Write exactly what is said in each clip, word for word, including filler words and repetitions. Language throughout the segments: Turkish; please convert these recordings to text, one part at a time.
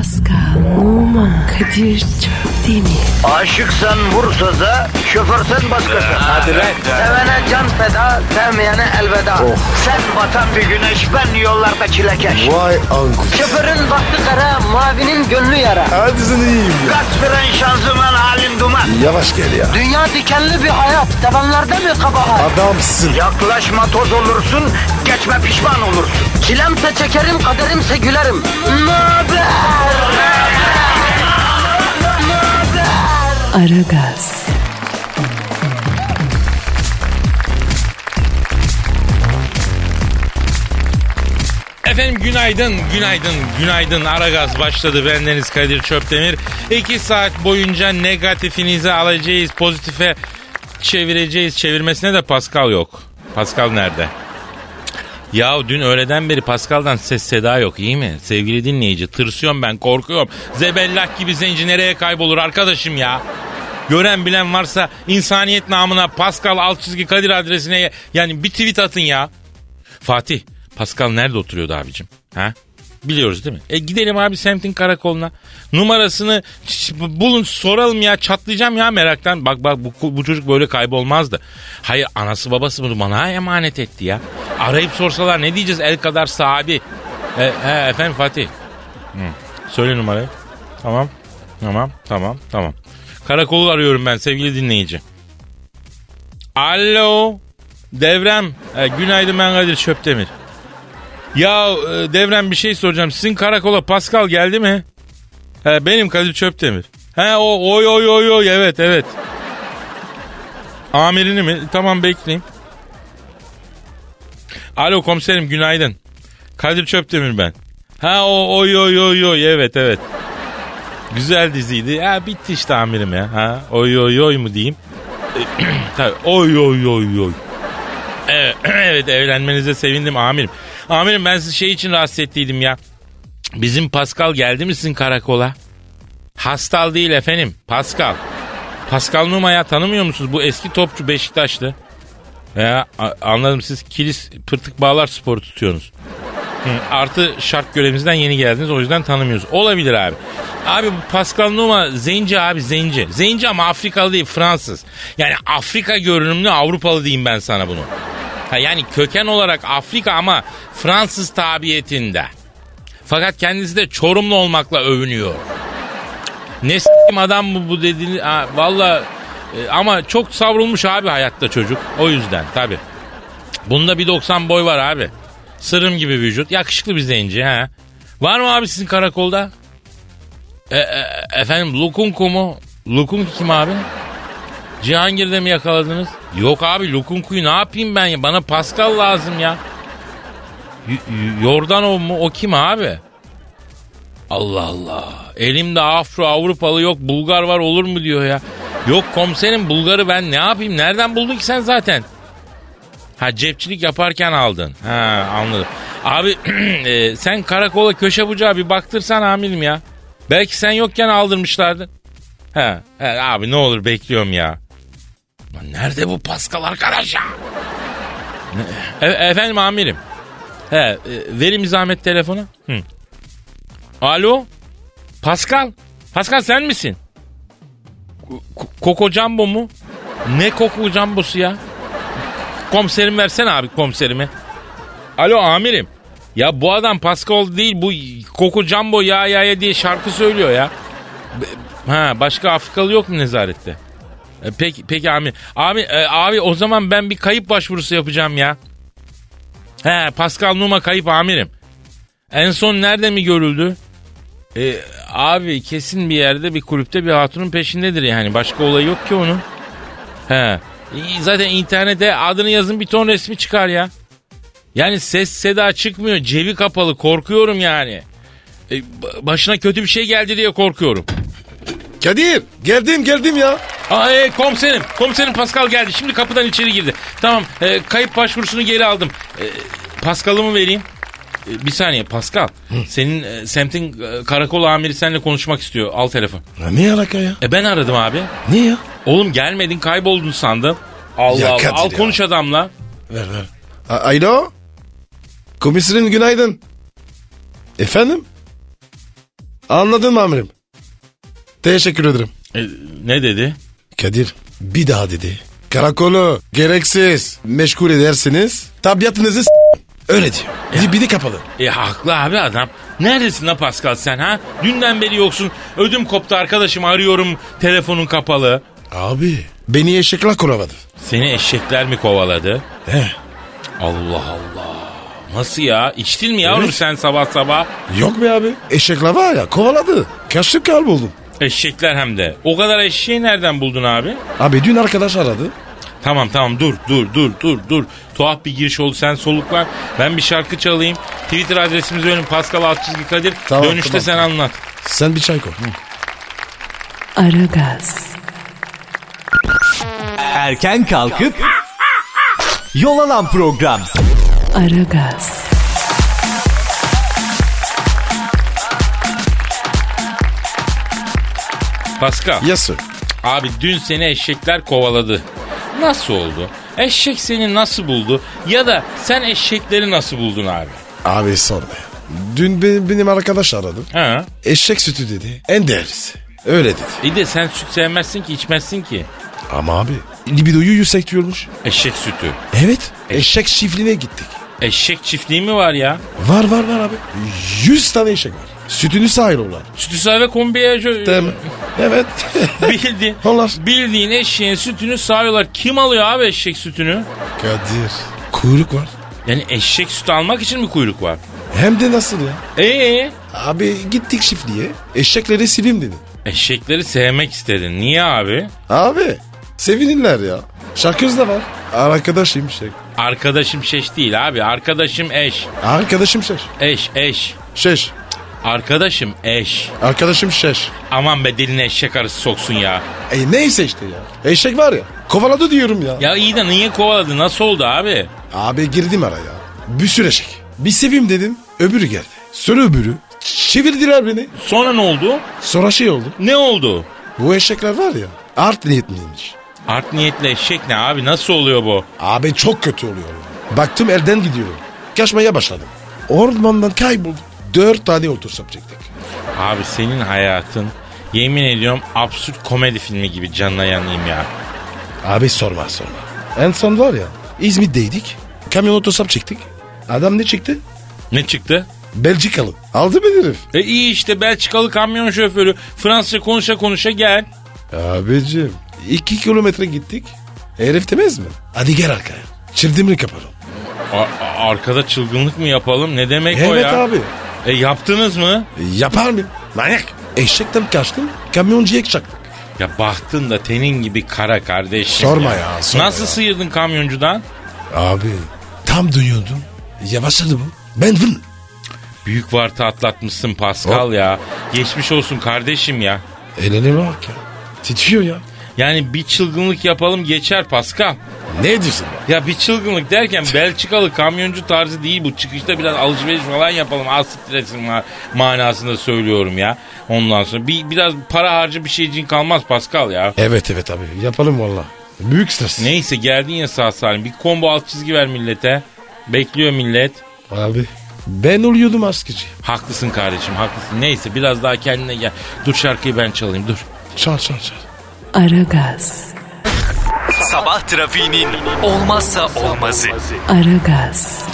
Pascal, Oman, Kadir çok değil mi? Aşıksan vursa da, şoförsen başkasın. Hadi lan. Sevene can feda, sevmeyene elveda. Oh. Sen batan bir güneş, ben yollarda çilekeş. Vay anku. Şoförün baktı kara, mavinin gönlü yara. Hadi sen iyiyim ya. Kasperen şanzıman halin duman. Yavaş gel ya. Dünya dikenli bir hayat, sevenlerde mi kabahar? Adamsın. Yaklaşma toz olursun, geçme pişman olursun. Çilemse çekerim, kaderimse gülerim. Möber! Aragaz. Efendim günaydın, günaydın, günaydın. Aragaz başladı. Bendeniz Kadir Çöptemir. İki saat boyunca negatifinizi alacağız, pozitife çevireceğiz. Çevirmesine de Pascal yok. Pascal nerede? Ya dün öğleden beri Pascal'dan ses seda yok, iyi mi? Sevgili dinleyici, tırsıyorum ben, korkuyorum. Zebellak gibi zenci nereye kaybolur arkadaşım ya? Gören bilen varsa insaniyet namına Pascal alt çizgi Kadir adresine yani bir tweet atın ya. Fatih, Pascal nerede oturuyordu abicim? Ha? Biliyoruz değil mi? E gidelim abi semtin karakoluna. Numarasını bulun, soralım ya, çatlayacağım ya meraktan. Bak bak bu, bu çocuk böyle kaybolmazdı. Hayır, anası babası bunu bana emanet etti ya. Arayıp sorsalar ne diyeceğiz, el kadar sahibi. E, he, efendim Fatih. Hı. Söyle numarayı. Tamam. Tamam tamam tamam. Karakolu arıyorum ben sevgili dinleyici. Alo. Devrem. E, günaydın, ben Kadir Çöptemir. Ya e, Devrem, bir şey soracağım. Sizin karakola Pascal geldi mi? He, benim Kadir Çöptemir. He o oy oy oy oy evet evet. Amirini mi? Tamam, bekleyeyim. Alo komiserim, günaydın. Kadir Çöptemir ben. Ha o oy oy oy oy evet evet. Güzel diziydi. Ha bitti işte amirim ya. Ha oy oy oy mu diyeyim? Tabii oy oy oy oy. Evet, evet, evlenmenize sevindim amirim. Amirim, ben sizi şey için rahatsız ettiydim ya. Bizim Pascal geldi mi sizin karakola? Hastal değil efendim, Pascal. Pascal Numa ya, tanımıyor musunuz? Bu eski topçu, Beşiktaşlı. Ya anladım, siz kilis pırtık bağlar sporu tutuyorsunuz. Hı, artı şart görevimizden yeni geldiniz, o yüzden tanımıyoruz. Olabilir abi. Abi bu Pascal Numa zenci abi, zenci. Zenci ama Afrikalı değil, Fransız. Yani Afrika görünümlü Avrupalı diyeyim ben sana bunu. Ha, yani köken olarak Afrika ama Fransız tabiyetinde. Fakat kendisi de Çorumlu olmakla övünüyor. Ne s***im adam bu, bu dediğini. Valla e, ama çok savrulmuş abi hayatta çocuk. O yüzden tabii. Bunda bir doksan boy var abi. Sırım gibi vücut. Yakışıklı bir zenci ha. Var mı abi sizin karakolda? E, e, efendim Lukunku mu? Lukunku kim abi? Cihangir'de mi yakaladınız? Yok abi, Lukunku'yu ne yapayım ben ya? Bana Pascal lazım ya. Y- Yordanov mu? O kim abi? Allah Allah. Elimde Afro Avrupalı yok, Bulgar var olur mu diyor ya. Yok komiserim, Bulgar'ı ben ne yapayım? Nereden buldun ki sen zaten? Ha, cepçilik yaparken aldın. Ha, anladım. Abi e, sen karakola köşe bucağı bir baktırsan amirim ya. Belki sen yokken aldırmışlardı. Ha, he, abi ne olur bekliyorum ya. Lan nerede bu Pascal arkadaş ya? E, efendim amirim. He, e, vereyim zahmet telefonu. Hı. Alo? Pascal? Pascal sen misin? K- Koko Jumbo mu? Ne Koko Jumbo'su ya? Komiserim versene abi, komiserimi. Alo amirim. Ya bu adam Pascal değil, bu Koko Jumbo ya ya ya diye şarkı söylüyor ya. Ha, başka Afrikalı yok mu nezarette? E, peki peki abi. Abi e, abi o zaman ben bir kayıp başvurusu yapacağım ya. He, Pascal Numa kayıp amirim. En son nerede mi görüldü? E, abi kesin bir yerde, bir kulüpte bir hatunun peşindedir yani. Başka olayı yok ki onun. He. Zaten internete adını yazın, bir ton resmi çıkar ya. Yani ses seda çıkmıyor, cebi kapalı, korkuyorum yani. E, başına kötü bir şey geldi diye korkuyorum. Kadir geldim geldim ya. Aa, e, komiserim komiserim Pascal geldi, şimdi kapıdan içeri girdi. Tamam, e, kayıp başvurusunu geri aldım. E, Pascal'ımı vereyim. E, bir saniye Pascal. Hı. Senin e, semtin e, karakol amiri seninle konuşmak istiyor, al telefon. Ya ne alaka ya? E, ben aradım abi. Ne ya? Oğlum gelmedin, kayboldun sandım. Allah Ya Allah, al ya. konuş adamla. Ver ver. A- Alo? Komiserim günaydın. Efendim? Anladın mı amirim? Teşekkür ederim. E, ne dedi? Kadir bir daha dedi. Karakolu gereksiz meşgul edersiniz. Tabiatınızı s- öyle diyor. Ya. Bir de kapalı. E haklı abi adam. Neredesin la Pascal sen ha? Dünden beri yoksun. Ödüm koptu arkadaşım, arıyorum, telefonun kapalı. Abi beni eşekler kovaladı. Seni eşekler mi kovaladı? He. Allah Allah. Nasıl ya? İçtin mi yavrum Evet. sen sabah sabah? Yok be abi. Eşekler var ya kovaladı. Kaçlık kalp oldum. Eşekler hem de. O kadar eşeği nereden buldun abi? Abi dün arkadaş aradı. Tamam tamam dur dur dur dur dur. Tuhaf bir giriş oldu, sen soluklan. Ben bir şarkı çalayım. Twitter adresimiz önüm Pascal Altçizgi Kadir. Tamam, Dönüşte tamam. sen anlat. Sen bir çay koy. Aragaz, Erken kalkıp yol alan program. Aragaz, Pascal. Yes sir. Abi dün seni eşekler kovaladı. Nasıl oldu? Eşek seni nasıl buldu? Ya da sen eşekleri nasıl buldun abi? Abi sorma ya. Dün benim, benim arkadaş aradı. Ha? Eşek sütü dedi. En değerlisi. Öyle dedi. İyi de sen süt sevmezsin ki, içmezsin ki. Ama abi libidoyu yüksek diyormuş. Eşek sütü. Evet. Eşek çiftliğine gittik. Eşek çiftliği mi var ya? Var var var abi. Yüz tane eşek var. Sütünü sağıyorlar. Sütü sahibi kombiye... Değil mi? Evet. Bildiğin, Onlar. bildiğin eşeğin sütünü sağıyorlar. Kim alıyor abi eşek sütünü? Kadir. Kuyruk var. Yani eşek sütü almak için mi kuyruk var? Hem de nasıl ya? Ee, Abi gittik çiftliğe. Eşekleri sileyim dedi. eşekleri sevmek istedin. Niye abi? Abi sevinirler ya. Şarkız da var. Arkadaşım şey. Arkadaşım şeş değil abi. Arkadaşım eş. Arkadaşım şeş. Eş, eş. Şeş. Arkadaşım eş. Arkadaşım şeş. Aman be, diline eşek arısı soksun ya. E neyse işte ya. Eşek var ya. Kovaladı diyorum ya. Ya iyi de niye kovaladı? Nasıl oldu abi? Abi girdim araya. Bir sürü eşek. Bir seveyim dedim. Öbürü geldi. Sonra öbürü. Çevirdiler beni. Sonra ne oldu? Sonra şey oldu. Ne oldu? Bu eşekler var ya. Art niyetliymiş. Art niyetli eşek ne abi? Nasıl oluyor bu? Abi çok kötü oluyor. Baktım elden gidiyorum. Kaçmaya başladım. Ormandan kayboldum. Dört tane otursam çektik. Abi senin hayatın, yemin ediyorum, absürt komedi filmi gibi, canına yanayım ya. Abi sorma sorma. En son var ya İzmit'teydik. Kamyon otostop çektik. Adam ne çıktı? Ne çıktı? Belçikalı. Aldı beni herif. E iyi işte, Belçikalı kamyon şoförü. Fransızca konuşa konuşa gel. Abicim iki kilometre gittik. Herif demez mi? Hadi gel arkaya. Çirdimini kapalım. A- arkada çılgınlık mı yapalım? Ne demek o Evet ya? abi. E yaptınız mı? E, yapar mı? Manyak. Eşekten kaçtım. Kamyoncuya çaktık. Ya baktın da tenin gibi kara kardeşim. Sorma ya, sorma Nasıl ya. sıyırdın kamyoncudan? Abi tam dönüyordum. Yavaşladı bu. Ben vın. Büyük varta atlatmışsın Pascal Hop. ya. Geçmiş olsun kardeşim ya. Elene bak ya. Titriyor ya. Yani bir çılgınlık yapalım geçer Pascal. Ne diyorsun ya? Ya bir çılgınlık derken Belçikalı kamyoncu tarzı değil bu. Çıkışta biraz alışveriş falan yapalım. Az stresin ma- manasında söylüyorum ya. Ondan sonra bir biraz para harcı bir şeyciğin kalmaz Pascal ya. Evet evet abi yapalım valla. Büyük stres. Neyse geldin ya sağ salim. Bir combo alt çizgi ver millete. Bekliyor millet. Abi ben oluyordum askıcı. Haklısın kardeşim, haklısın. Neyse biraz daha kendine gel. Dur şarkıyı ben çalayım, dur. Çal çal çal. Aragaz, Sabah trafiğinin olmazsa olmazı. Aragaz,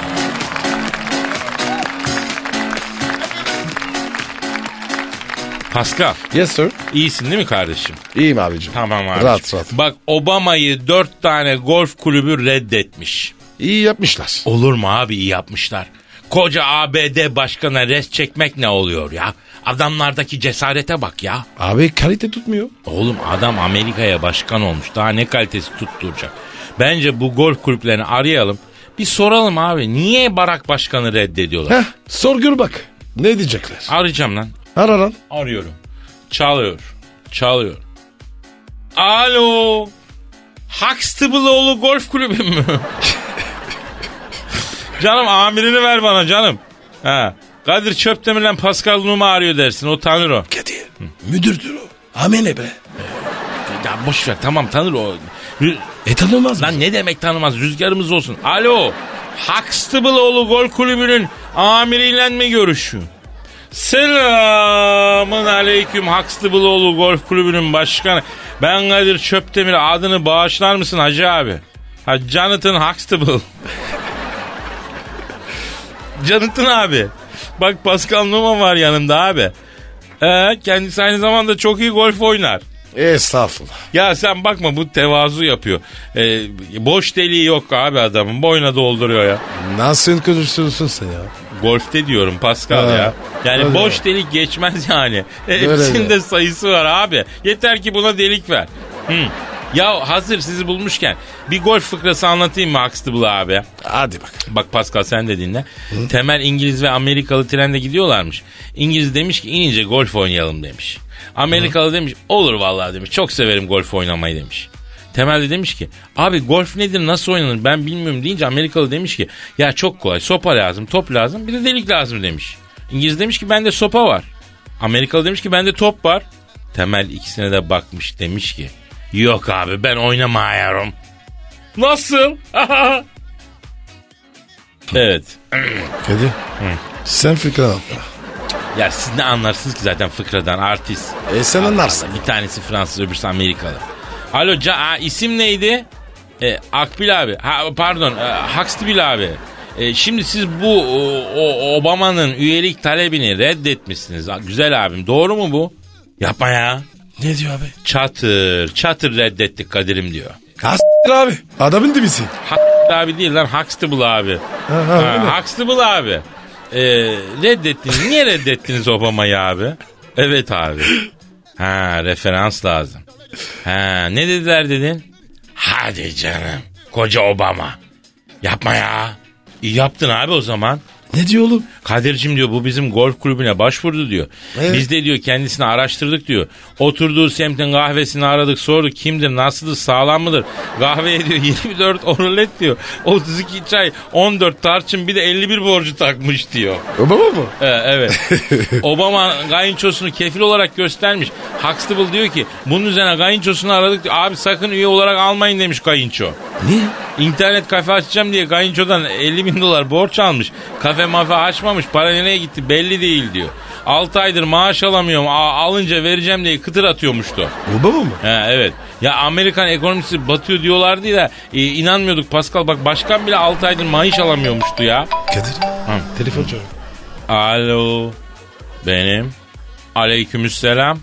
Pascal, Yes sir. iyisin değil mi kardeşim? İyiyim abicim. Tamam abi. Rahat rahat. Bak, Obama'yı dört tane golf kulübü reddetmiş. İyi yapmışlar. Olur mu abi, iyi yapmışlar. Koca A B D başkanına res çekmek ne oluyor ya? Adamlardaki cesarete bak ya. Abi kalite tutmuyor. Oğlum adam Amerika'ya başkan olmuş. Daha ne kalitesi tutturacak? Bence bu golf kulüplerini arayalım. Bir soralım abi. Niye Barack Başkan'ı reddediyorlar? Heh sor gör bak. Ne diyecekler? Arayacağım lan. Ara lan. Arıyorum. Çalıyor. Çalıyor. Alo. Huxtable'oğlu golf kulübü mü? Canım amirini ver bana canım. Ha. Kadir Çöpdemir'le Pascal Numa arıyor dersin. O tanır o. Kadir. Müdürdür o. Amene be. Ya boş ver, tamam tanır o. Rü- E tanımaz Lan mı? ne demek tanımaz, rüzgarımız olsun. Alo. Huxtable'oğlu gol kulübünün amiriyle mi görüşüyor? Selamun aleyküm Huxtable'oğlu Golf Kulübü'nün başkanı. Ben Kadir Çöptemir, adını bağışlar mısın hacı abi? Ha, Jonathan Huxtable. Jonathan abi. Bak Pascal Numa var yanımda abi. Ee, kendisi aynı zamanda çok iyi golf oynar. Estağfurullah. Ya sen bakma, bu tevazu yapıyor. Ee, boş deliği yok abi adamın. Boyuna dolduruyor ya. Nasıl konuşuyorsun sen ya? Golfte diyorum Pascal Ha, ya. Yani öyle. boş delik geçmez yani. Öyle Hepsinde de. sayısı var abi. Yeter ki buna delik ver. Hı. Ya hazır sizi bulmuşken bir golf fıkrası anlatayım mı Huxtable abi? Hadi bak. Bak Pascal sen de dinle. Hı? Temel İngiliz ve Amerikalı trende gidiyorlarmış. İngiliz demiş ki inince golf oynayalım demiş. Amerikalı Hı? demiş olur vallahi demiş. Çok severim golf oynamayı demiş. Temel de demiş ki abi golf nedir, nasıl oynanır ben bilmiyorum deyince Amerikalı demiş ki ya çok kolay, sopa lazım, top lazım, bir de delik lazım demiş. İngiliz demiş ki bende sopa var. Amerikalı demiş ki bende top var. Temel ikisine de bakmış demiş ki yok abi ben oynamıyorum. Nasıl? Evet. Kadir. Sen fıkra anlat. Ya siz ne anlarsınız ki zaten fıkradan, artist. E sen anlarsın. Bir tanesi Fransız, öbürsü Amerikalı. Alo ca a, isim neydi? E, Akbil abi. Ha, pardon e, Huxtable abi. E, şimdi siz bu o, o, Obama'nın üyelik talebini reddetmişsiniz. Güzel abim, doğru mu bu? Yapma ya. Ne diyor abi? Çatır çatır reddettik Kadir'im diyor. Kastır abi. Adamın dibisi. Huxtable abi değil lan, Huxtable abi. Ha, ha, ha, Huxtable abi. E, reddettiniz. Niye reddettiniz Obama'yı abi? Evet abi. Ha, referans lazım. Ha, ne dediler dedin? Hadi canım. Koca Obama. Yapma ya. İyi yaptın abi o zaman. Ne diyor oğlum? Kadir'cim diyor bu bizim golf kulübüne başvurdu diyor. Evet. Biz de diyor kendisini araştırdık diyor. Oturduğu semtin kahvesini aradık, sorduk kimdir, nasıldır, sağlam mıdır? Kahveye diyor yirmi dört oralet diyor. otuz iki çay, on dört tarçın, bir de elli bir borcu takmış diyor. Obama mı? Ee, evet. Obama kayınçosunu kefil olarak göstermiş. Huxtable diyor ki bunun üzerine kayınçosunu aradık diyor. Abi sakın üye olarak almayın demiş kayınço. Niye? İnternet kafe açacağım diye kayınçodan elli bin dolar borç almış. Kafe mafe açmamış, para nereye gitti belli değil diyor. altı aydır maaş alamıyorum, A- alınca vereceğim diye kıtır atıyormuştu. Obama mı? He, evet. Ya Amerikan ekonomisi batıyor diyorlardı ya, e, inanmıyorduk Pascal. Bak başkan bile altı aydır maaş alamıyormuştu ya. Kadir. Hı. Telefon çalıyor. Alo. Benim. Aleykümselam.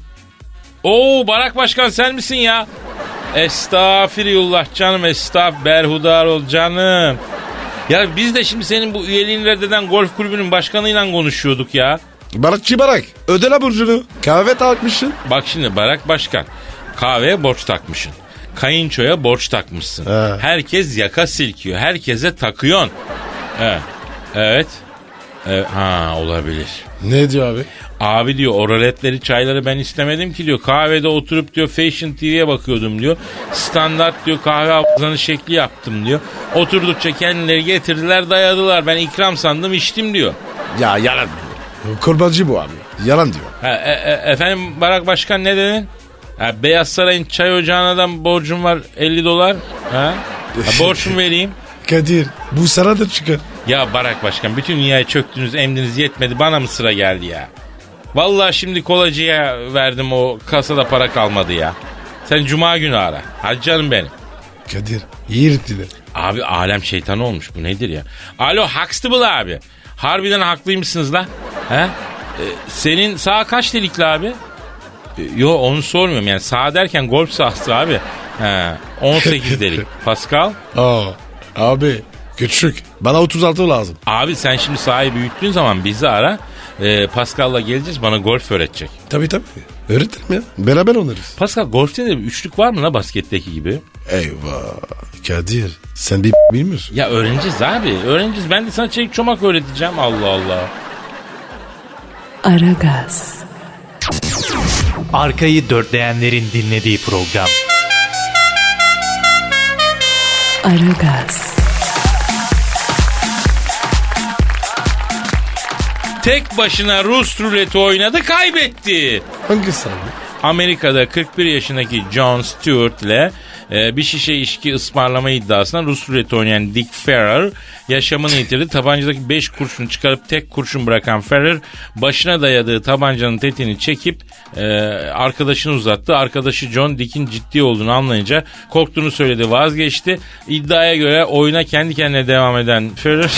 Oo Barak Başkan sen misin ya? Estağfirullah canım, estağf berhudar ol canım. Ya biz de şimdi senin bu üyeliğini reddeden golf kulübünün başkanıyla konuşuyorduk ya. Barakçı Barak. Ödele burcunu. Kahve takmışsın. Bak şimdi Barak Başkan, kahveye borç takmışsın. Kayınçoya borç takmışsın. He. Herkes yaka silkiyor. Herkese takıyorsun. Evet. Evet. Evet. Ha olabilir. Ne diyor abi? Abi diyor o roletleri, çayları ben istemedim ki diyor. Kahvede oturup diyor Fashion T V'ye bakıyordum diyor. Standart diyor kahve abzanı şekli yaptım diyor. Oturdukça kendileri getirdiler, dayadılar. Ben ikram sandım, içtim diyor. Ya yalan diyor. Kurbancı bu abi. Yalan diyor. Ha, e, e, efendim Barak Başkan ne dedin? Ha, Beyaz Saray'ın çay ocağına borcum var elli dolar. Ha? Ha, borç mu vereyim? Kadir bu sana da çıkar. Ya Barak Başkan bütün dünyaya çöktünüz, emdiniz yetmedi, bana mı sıra geldi ya? Vallahi şimdi kolacıya verdim, o kasada para kalmadı ya. Sen cuma günü ara. Hadi canım benim. Kadir yırttılar. Abi alem şeytanı olmuş, bu nedir ya? Alo Huxtable abi. Harbiden haklıymışsınız la. He? Ee, senin sağ kaç delikli abi? Ee, yo onu sormuyorum yani, sağ derken golf sahası abi. He, on sekiz delik. Pascal? Aa, abi küçük. Bana otuz altı lazım. Abi sen şimdi sahayı büyüttüğün zaman bizi ara. Ee, Pascal'la geleceğiz, bana golf öğretecek. Tabii tabii. Öğretirim ya. Beraber oynarız. Pascal golfte de bir üçlük var mı la basketteki gibi? Eyvah. Kadir sen bir bilmiyorsun. Ya öğreneceğiz abi, öğreneceğiz. Ben de sana çelik çomak öğreteceğim, Allah Allah. Aragaz. Arkayı dörtleyenlerin dinlediği program. Aragaz. Tek başına Rus ruleti oynadı, kaybetti. Hangisi abi? Amerika'da kırk bir yaşındaki Jon Stewart ile e, bir şişe içki ısmarlama iddiasına Rus ruleti oynayan Dick Ferrer yaşamını yitirdi. Tabancadaki beş kurşunu çıkarıp tek kurşun bırakan Ferrer başına dayadığı tabancanın tetiğini çekip e, arkadaşını uzattı. Arkadaşı John Dick'in ciddi olduğunu anlayınca korktuğunu söyledi, vazgeçti. İddiaya göre oyuna kendi kendine devam eden Ferrer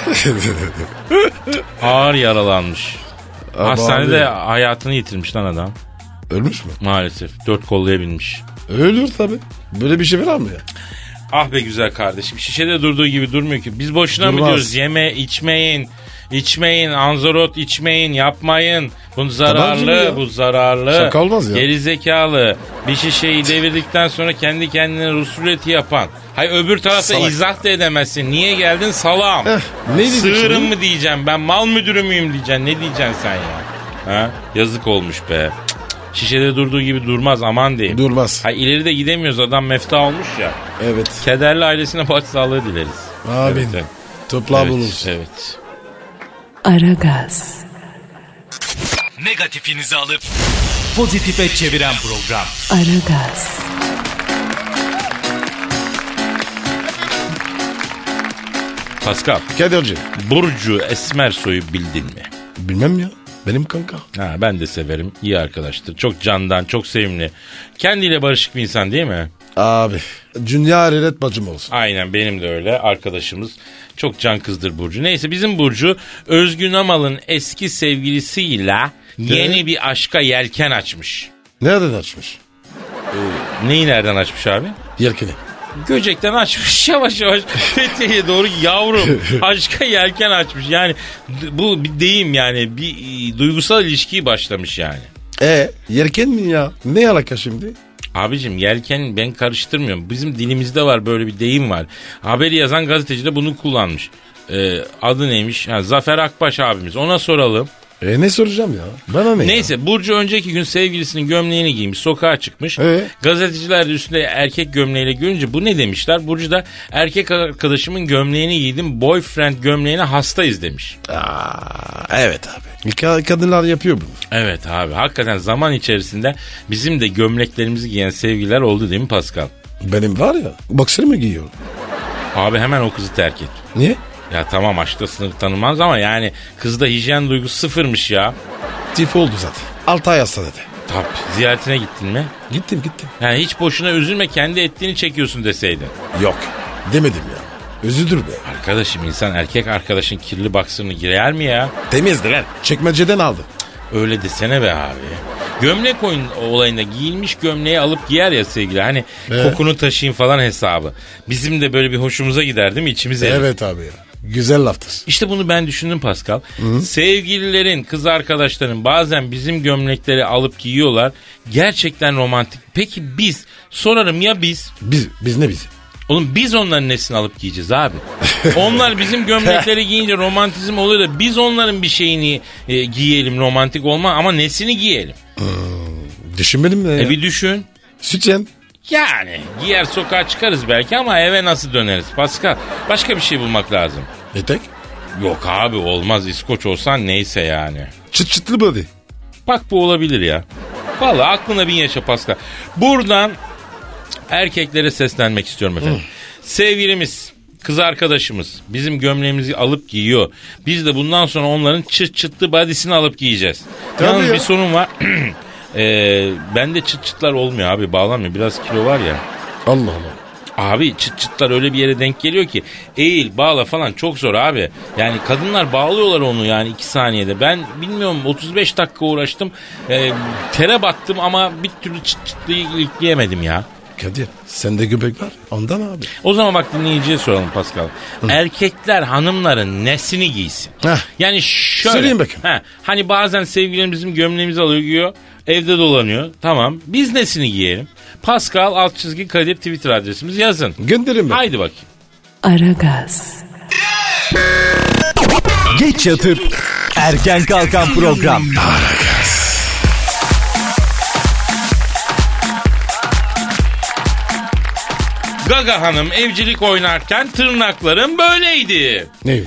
ağır yaralanmış. Abi, Hastanede abi. hayatını yitirmiş lan adam. Ölmüş mü? Maalesef. Dört kolluya binmiş. Ölür tabii. Böyle bir şey var mı ya? Ah be güzel kardeşim. Şişede durduğu gibi durmuyor ki. Biz boşuna mı Durmaz. diyoruz? Yeme, içmeyin. İçmeyin, anzorot içmeyin, yapmayın. Bu zararlı, mı ya? bu zararlı. Şaka olmaz ya. Geri zekalı. Bir şişeyi devirdikten sonra kendi kendine Rus ruleti yapan. Hay öbür tarafta Salak. izah da edemezsin. Niye geldin salam? Eh, ne diyecek Sığırım şimdi? mı diyeceğim ben, mal müdürü müyüm diyeceksin. Ne diyeceksin sen ya? Ha? Yazık olmuş be. Cık, cık. Şişede durduğu gibi durmaz, aman diyeyim. Durmaz. Ha, ileri de gidemiyoruz, adam mefta olmuş ya. Evet. Kederli ailesine başsağlığı dileriz. Abi. Evet, evet. Topla Evet, bulursun. evet. Aragaz, Negatifinizi alıp pozitife çeviren program. Aragaz, Pascal, Kadir'cim. Burcu Esmersoy'u bildin mi? Bilmem ya. Benim kanka. Ha, ben de severim. İyi arkadaştır. Çok candan, çok sevimli. Kendiyle barışık bir insan değil mi? Abi. Dünya ahiret bacım olsun. Aynen, benim de öyle. Arkadaşımız. Çok can kızdır Burcu. Neyse, bizim Burcu Özgün Amal'ın eski sevgilisiyle yeni Ee? bir aşka yelken açmış. Nereden açmış? Neyi nereden açmış abi? Yelkeni. Göcekten açmış yavaş yavaş Fethiye'ye doğru yavrum aşka yelken açmış. Yani d- bu bir deyim, yani bir e, duygusal ilişkiyi başlamış yani. E yelken mi ya? Ne alaka şimdi? Abicim yelken ben karıştırmıyorum. Bizim dilimizde var, böyle bir deyim var. Haberi yazan gazeteci de bunu kullanmış. Ee, adı neymiş? Ha, Zafer Akbaş abimiz. Ona soralım. E ne soracağım ya? Bana ne Neyse ya? Burcu önceki gün sevgilisinin gömleğini giymiş, sokağa çıkmış. Ee? Gazeteciler de üstünde erkek gömleğiyle görünce bu ne demişler? Burcu da erkek arkadaşımın gömleğini giydim, boyfriend gömleğine hastayız demiş. Aa, evet abi. Ka- kadınlar yapıyor bunu. Evet abi, hakikaten zaman içerisinde bizim de gömleklerimizi giyen sevgililer oldu değil mi Pascal? Benim var ya. Boxer mi giyiyor? Abi hemen o kızı terk et. Niye? Ya tamam, aşkta sınır tanımaz ama yani kızda hijyen duygusu sıfırmış ya. Tif oldu zaten. altı ay hastanede. Tabii, ziyaretine gittin mi? Gittim gittim. Yani hiç boşuna üzülme, kendi ettiğini çekiyorsun deseydin. Yok. Demedim ya. Özüdür be. Arkadaşım, insan erkek arkadaşın kirli baksırını giyer mi ya? Temizdi lan. Çekmeceden aldı. Öyle desene be abi. Gömlek oyun olayında giyilmiş gömleği alıp giyer ya sevgili. Hani Evet. kokunu taşıyın falan hesabı. Bizim de böyle bir hoşumuza gider değil mi? İçimiz erir. Evet abi ya. Güzel laftır. İşte bunu ben düşündüm Pascal. Sevgililerin, kız arkadaşların bazen bizim gömlekleri alıp giyiyorlar. Gerçekten romantik. Peki biz, sorarım ya biz? Biz, biz ne biz? Oğlum biz onların nesini alıp giyeceğiz abi? Onlar bizim gömlekleri giyince romantizm oluyor da biz onların bir şeyini e, giyelim, romantik olma, ama nesini giyelim? Düşünmedim mi ya? E bir düşün. Sütyen. Yani giyer sokağa çıkarız belki ama eve nasıl döneriz Pascal? Başka bir şey bulmak lazım. Etek. Yok abi, olmaz. İskoç olsan neyse yani. Çıt çıtlı body. Bak bu olabilir ya. Vallahi aklına bin yaşa Pascal. Buradan erkeklere seslenmek istiyorum efendim. Sevgilimiz, kız arkadaşımız bizim gömleğimizi alıp giyiyor. Biz de bundan sonra onların çıt çıtlı body'sini alıp giyeceğiz. Tabii Yalnız ya. bir sorun var. ee, bende çıt çıtlar olmuyor abi, bağlanmıyor. Biraz kilo var ya. Allah Allah. Abi çıt çıtlar öyle bir yere denk geliyor ki eğil bağla falan çok zor abi. Yani kadınlar bağlıyorlar onu yani iki saniyede. Ben bilmiyorum, otuz beş dakika uğraştım. E, tere battım ama bir türlü çıt çıtlıyı ilikleyemedim ya. Kadir sende göbek var. Ondan abi. O zaman bak, dinleyiciye soralım Pascal. Erkekler hanımların nesini giysin? Heh. Yani şöyle. Söyleyeyim bakayım. He, hani bazen sevgililerim bizim gömleğimizi alıyor, giyiyor. Evde dolanıyor. Tamam. Biz nesini giyelim? Pascal alt çizgi Kadir Twitter adresimiz, yazın. Gönderin ben. Haydi bakayım. Aragaz, Geç yatıp erken kalkan program. Gaga Hanım evcilik oynarken tırnaklarım böyleydi. Neymiş?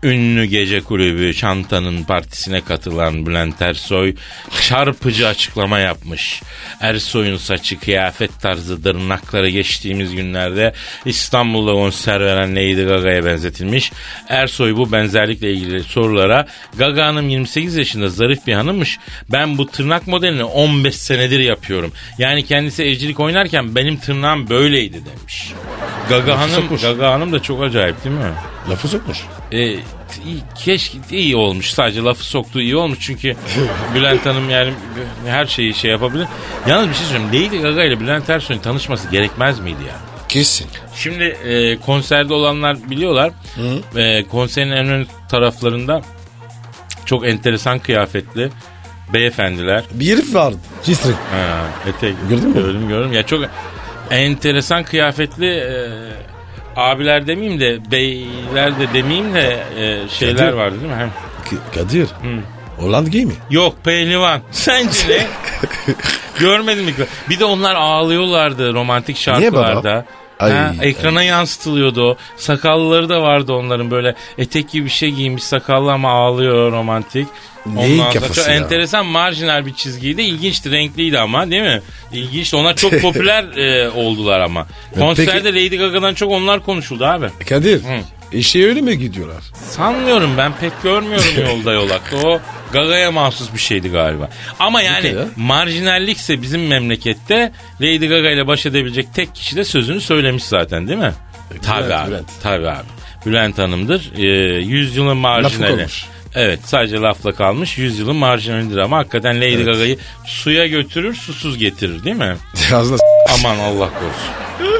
Ünlü gece kulübü Çanta'nın partisine katılan Bülent Ersoy çarpıcı açıklama yapmış. Ersoy'un saçı, kıyafet tarzı, tırnakları geçtiğimiz günlerde İstanbul'da konser veren Lady Gaga'ya benzetilmiş. Ersoy bu benzerlikle ilgili sorulara Gaga Hanım yirmi sekiz yaşında zarif bir hanımmış. Ben bu tırnak modelini on beş senedir yapıyorum. Yani kendisi evcilik oynarken benim tırnağım böyleydi demiş. Gaga Lafı Hanım, sokmuş. Gaga Hanım da çok acayip değil mi? Lafı sokmuş. E, iyi, keşke iyi olmuş. Sadece lafı soktuğu iyi olmuş. Çünkü Bülent Hanım yani her şeyi şey yapabilir. Yalnız bir şey söyleyeyim. Lady Gaga ile Bülent Ersoy'un tanışması gerekmez miydi ya? Kesin. Şimdi e, konserde olanlar biliyorlar. E, konserin en ön taraflarında çok enteresan kıyafetli beyefendiler. Bir herif vardı. Cistri. Ha, etek. Gördün mü? Gördüm gördüm. Ya çok enteresan kıyafetli e, abiler demeyeyim de beyler de demeyeyim de e, şeyler Kadir. vardı değil mi? Hem. K- Kadir. Hollanda gay mi? Yok pehlivan. Sence ne? Görmedin mi? Bir de onlar ağlıyorlardı romantik şarkılarda. Ay, ha, ay. ekrana yansıtılıyordu o. Sakalları da vardı onların böyle etek gibi bir şey giymiş sakallı ama ağlıyor romantik. Neyin Ondan sonra kafası çok ya? enteresan marjinal bir çizgiydi. İlginçti, renkliydi ama değil mi? İlginçti. Onlar çok popüler e, oldular ama. Konserde Lady Gaga'dan çok onlar konuşuldu abi. Kadir. Hı. İşe öyle mi gidiyorlar? Sanmıyorum ben pek görmüyorum yolda yolakta. O Gaga'ya mahsus bir şeydi galiba. Ama yani ya? marjinallikse bizim memlekette Lady Gaga ile baş edebilecek tek kişi de sözünü söylemiş zaten değil mi? Tabii abi. Bülent. Tabii abi. Bülent Hanım'dır. Ee, yüzyılın marjinali. kalmış. Evet sadece lafla kalmış. Yüzyılın marjinalidir ama hakikaten Lady Evet. Gaga'yı suya götürür susuz getirir değil mi? Ağzına Aman Allah korusun.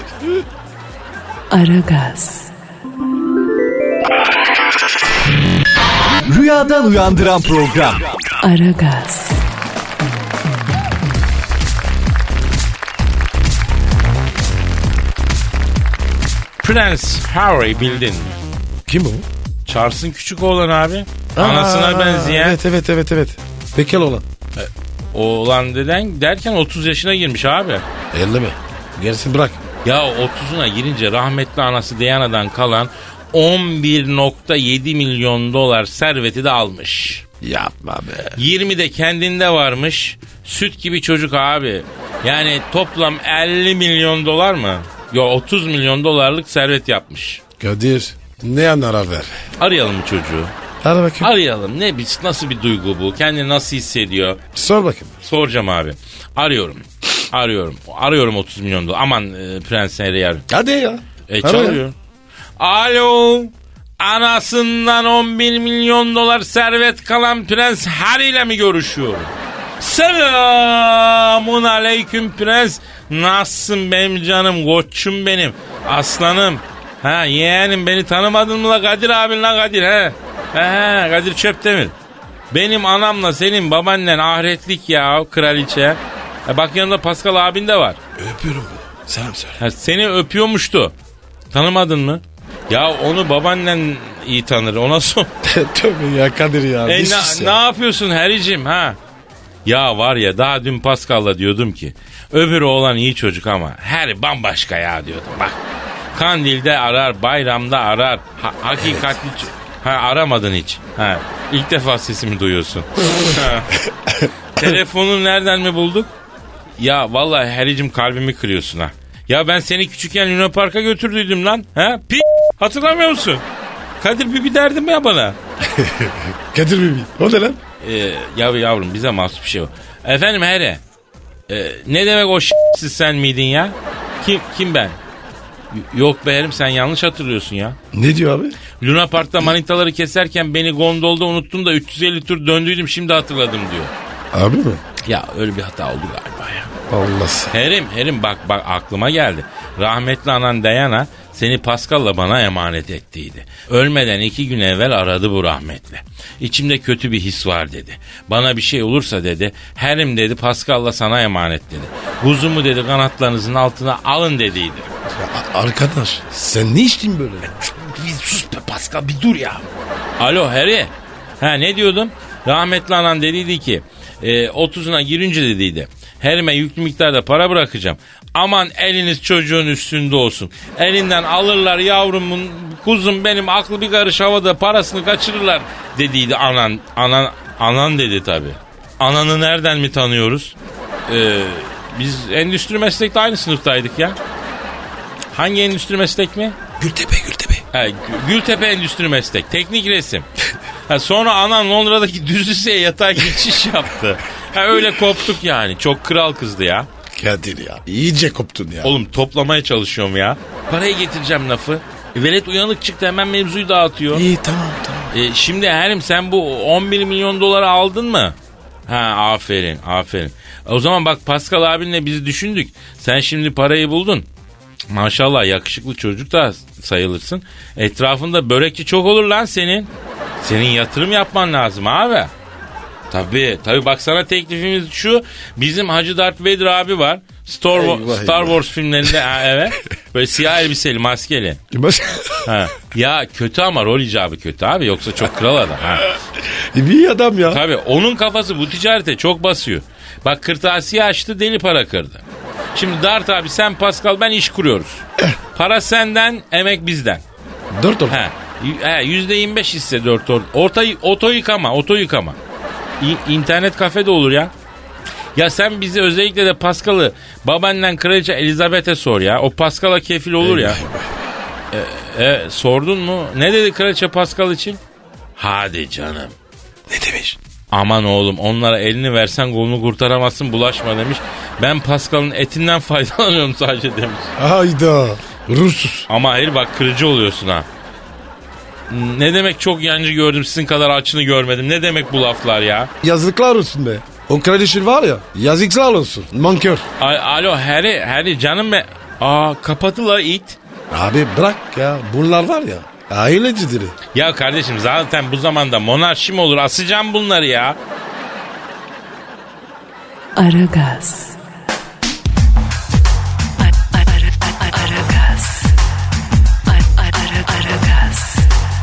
Aragaz, Rüyadan uyandıran program. Aragaz, Prens Harry bildin mi? Kim o? Charles'ın küçük oğlan abi. Anasına Aa, benzeyen. Evet evet evet evet. Bekar olan. Oğlan deden derken otuz yaşına girmiş abi. Elleme. Gerisini bırak. Ya otuzuna girince rahmetli anası Diana'dan kalan on bir nokta yedi milyon dolar serveti de almış. Yapma be. yirmi de kendinde varmış. Süt gibi çocuk abi. Yani toplam elli milyon dolar mı? Yo otuz milyon dolarlık servet yapmış. Kadir. Ne an ara ver. Arayalım mı çocuğu? Ara bakayım. Arayalım. Ne bir nasıl bir duygu bu? Kendini nasıl hissediyor? Sor bakayım. Soracağım abi. Arıyorum. Arıyorum. Arıyorum otuz milyon dolar. Aman e, Prens Harry arıyorum. Hadi ya. E Ara çalıyor. Alo. Anasından on bir milyon dolar servet kalan Prens Harry ile mi görüşüyorum? Selamun aleyküm Prens. Nasılsın benim canım, koçum benim, aslanım. Ha yeğenim, beni tanımadın mı la Kadir abin la Kadir he? He he Kadir Çöptemir. Benim anamla senin babaannen ahiretlik ya kraliçe. E bak yanında Pascal abin de var. Öpüyorum bunu. Selam söyle. Ha, seni öpüyormuştu. Tanımadın mı? Ya onu babaannen iyi tanır, ona sor. Tövbe ya Kadir ya. E, Bir na, sus ne ya. yapıyorsun Harry'cim ha? Ya var ya daha dün Pascal'la diyordum ki öbür oğlan iyi çocuk ama Harry bambaşka ya diyordum. Bak Kandil'de arar, bayramda arar. Ha, hakikatli ç- ha, aramadın hiç. Ha, ilk defa sesimi duyuyorsun. Ha. Telefonu nereden mi bulduk? Ya vallahi Harry'cim kalbimi kırıyorsun ha. Ya ben seni küçükken Luna Park'a götürdüydüm lan. Ha? Pi hatırlamıyor musun? Kadir bir, bir derdim ya bana. Kadir Bibi. O ne lan? Ee, ya yavrum bize mahsus bir şey o. Efendim Harry. Ee, ne demek o ş**siz sen miydin ya? Kim kim ben? Y- Yok be Harry'm, sen yanlış hatırlıyorsun ya. Ne diyor abi? Luna Park'ta manitaları keserken beni gondolda unuttum da üç yüz elli tur döndüydüm, şimdi hatırladım diyor. Abi mi? Ya öyle bir hata oldu galiba ya. Allah sen. Harry'm Harry'm bak bak aklıma geldi. Rahmetli anan Diana seni Pascal'la bana emanet ettiydi. Ölmeden iki gün evvel aradı bu rahmetli. İçimde kötü bir his var dedi. Bana bir şey olursa dedi, Harry'm dedi Pascal'la sana emanet dedi. Kuzumu dedi kanatlarınızın altına alın dediydi. Ya, arkadaş sen ne içtin böyle? Bir sus be Pascal, bir dur ya. Alo Harry. Ha ne diyordum? Rahmetli anan dediydi ki e, otuzuna girince dediydi. Herime yüklü miktarda para bırakacağım. Aman eliniz çocuğun üstünde olsun. Elinden alırlar yavrumun, kuzum benim aklı bir karış havada, parasını kaçırırlar dediydi anan. Anan, anan dedi tabii. Ananı nereden mi tanıyoruz? Ee, biz endüstri meslekte aynı sınıftaydık ya. Hangi endüstri meslek mi? Gültepe Gültepe. He, Gültepe Endüstri Meslek. Teknik resim. Ha, sonra anan Londra'daki düz liseye yatay geçiş yaptı. Ha, öyle koptuk yani. Çok kral kızdı ya. Kadir ya. İyice koptun ya. Oğlum toplamaya çalışıyorum ya. Parayı getireceğim lafı. E, velet uyanık çıktı, hemen mevzuyu dağıtıyor. İyi tamam tamam. E, şimdi Halim sen bu on bir milyon doları aldın mı? Ha, aferin aferin. O zaman bak, Pascal abinle bizi düşündük. Sen şimdi parayı buldun. Maşallah yakışıklı çocuk da sayılırsın. Etrafında börekçi çok olur lan senin. Senin yatırım yapman lazım abi. Tabii tabii, bak sana teklifimiz şu. Bizim Hacı Darth Vader abi var. Star, eyvah, Star eyvah. Wars filmlerinde ha, evet. Böyle siyah elbiseli, maskeli. Ha. Ya kötü ama rol icabı kötü abi. Yoksa çok kral adam. Ha. Bir adam ya. Tabii onun kafası bu ticarete çok basıyor. Bak kırtasiye açtı, deli para kırdı. Şimdi Dart abi, sen Pascal, ben iş kuruyoruz. Para senden, emek bizden. Dört oldu. He. He, yüzde yirmi beş hisse dört orta. Orta, oto yıkama, oto yıkama. İ, internet kafe de olur ya. Ya sen bizi, özellikle de Pascal'ı babannen Kraliçe Elizabeth'e sor ya. O Pascal'a kefil olur ya. E, e, sordun mu? Ne dedi Kraliçe Pascal için? Hadi canım. Ne demiş? Aman oğlum, onlara elini versen kolunu kurtaramazsın, bulaşma demiş. Ben Pascal'ın etinden faydalanıyorum sadece demiş. Hayda. Ruhsuz. Ama hayır bak, kırıcı oluyorsun ha. Ne demek çok yancı gördüm, sizin kadar açını görmedim. Ne demek bu laflar ya? Yazıklar olsun be. O kraliçin var ya, yazıklar olsun. Mankör. A- Alo Harry, Harry canım be. Aa, kapatı la it. Abi bırak ya. Bunlar var ya. Ailecidir. Ya kardeşim, zaten bu zamanda monarşi mi olur? Asacağım bunları ya. Aragaz. Ara- ara- ara- Aragaz. Ara- ara- Aragaz.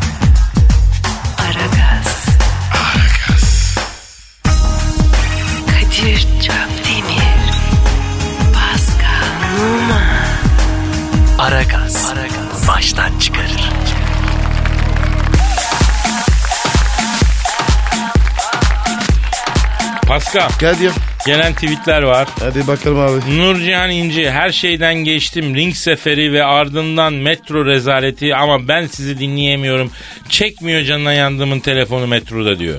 Aragaz. Kadir Çöpdemir. Pascal Numa. Aragaz. Baştan çıkarır. Pascal, Kadir. gelen tweetler var. Hadi bakalım abi. Nurcihan İnci, her şeyden geçtim, ring seferi ve ardından metro rezaleti, ama ben sizi dinleyemiyorum. Çekmiyor canına yandığımın telefonu metroda diyor.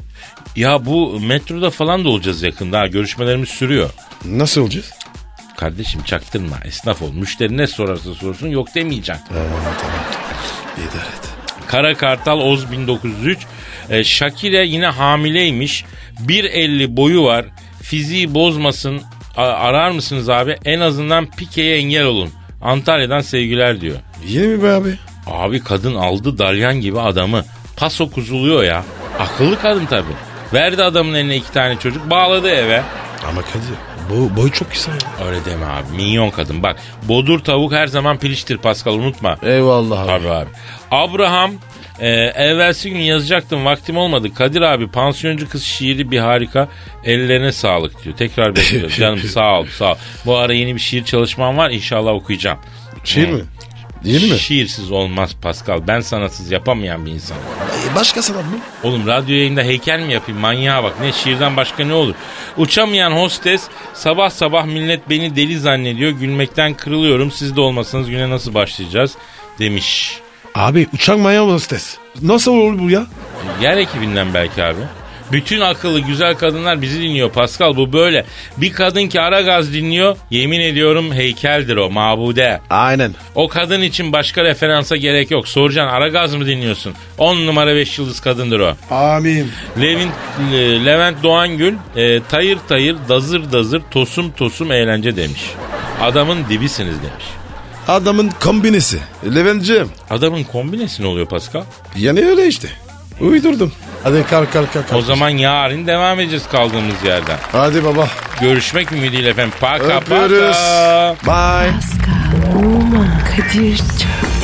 Ya bu metroda falan da olacağız yakında ha, görüşmelerimiz sürüyor. Nasıl olacağız? Kardeşim çaktırma, esnaf ol. Müşteri ne sorarsa sorsun yok demeyeceksin. Aa, tamam. İdare et. Kara Kartal Oz bin dokuz yüz üç. E, Shakira yine hamileymiş. bir elli boyu var. Fiziği bozmasın. A- arar mısınız abi? En azından Pike'ye engel olun. Antalya'dan sevgiler diyor. Yeni mi be abi? Abi kadın aldı dalyan gibi adamı. Paso kuzuluyor ya. Akıllı kadın tabii. Verdi adamın eline iki tane çocuk. Bağladı eve. Ama Kadir bu boy çok kısa ya. Öyle deme abi. Minyon kadın. Bak, bodur tavuk her zaman piliçtir Pascal, unutma. Eyvallah abi. Abi abi. Abraham, e, evvelsi gün yazacaktım, vaktim olmadı. Kadir abi, pansiyoncu kız şiiri bir harika. Ellerine sağlık diyor. Tekrar bekliyoruz. Canım sağ ol sağ ol. Bu ara yeni bir şiir çalışmam var. İnşallah okuyacağım. Şiir mi? Yeni mi? Şiirsiz olmaz Pascal. Ben sanatsız yapamayan bir insanım. E, başka sanat mı? Oğlum radyo yayında heykel mi yapayım? Manyağa bak. Ne şiirden başka ne olur? Uçamayan hostes, sabah sabah millet beni deli zannediyor. Gülmekten kırılıyorum. Siz de olmasanız güne nasıl başlayacağız? Demiş. Abi uçak manyağı hostes. Nasıl olur bu ya? Yer ekibinden belki abi. Bütün akıllı güzel kadınlar bizi dinliyor Pascal, bu böyle. Bir kadın ki Aragaz dinliyor, yemin ediyorum heykeldir o, mabude. Aynen. O kadın için başka referansa gerek yok. Soracaksın, Aragaz mı dinliyorsun? on numara beş yıldız kadındır o. Amin. Levent, Le- Levent Doğangül e, tayır tayır dazır dazır tosum tosum eğlence demiş. Adamın dibisiniz demiş. Adamın kombinesi. Levent'ciğim. Adamın kombinesi ne oluyor Pascal? Yani öyle işte. Uydurdum. Hadi kalk kalk kalk. O zaman yarın devam edeceğiz kaldığımız yerden. Hadi baba. Görüşmek ümidiyle efendim. Paka Öpüyoruz. paka. Bye. Pascal Numa. Kadir Çöpdemir.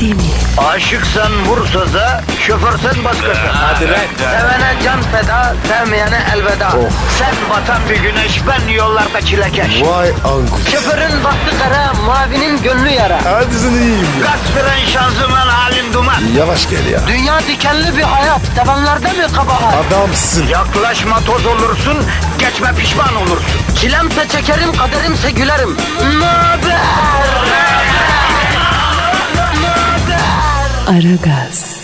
değil mi? Aşıksan vursa da, şoförsen başkasın. Hadi lan. Sevene can feda, sevmeyene elveda. Sen batan bir güneş, ben yollarda çilekeş. Vay anku. Şoförün baktı kara, mavinin gönlü yara. Hadi sen iyiyim ya. Kasperen şanzıman halin duman. Yavaş gel ya. Dünya dikenli bir hayat, sevenlerde mi kabahar? Adamsın. Yaklaşma toz olursun, geçme pişman olursun. Çilemse çekerim, kaderimse gülerim. Möber! Aragaz.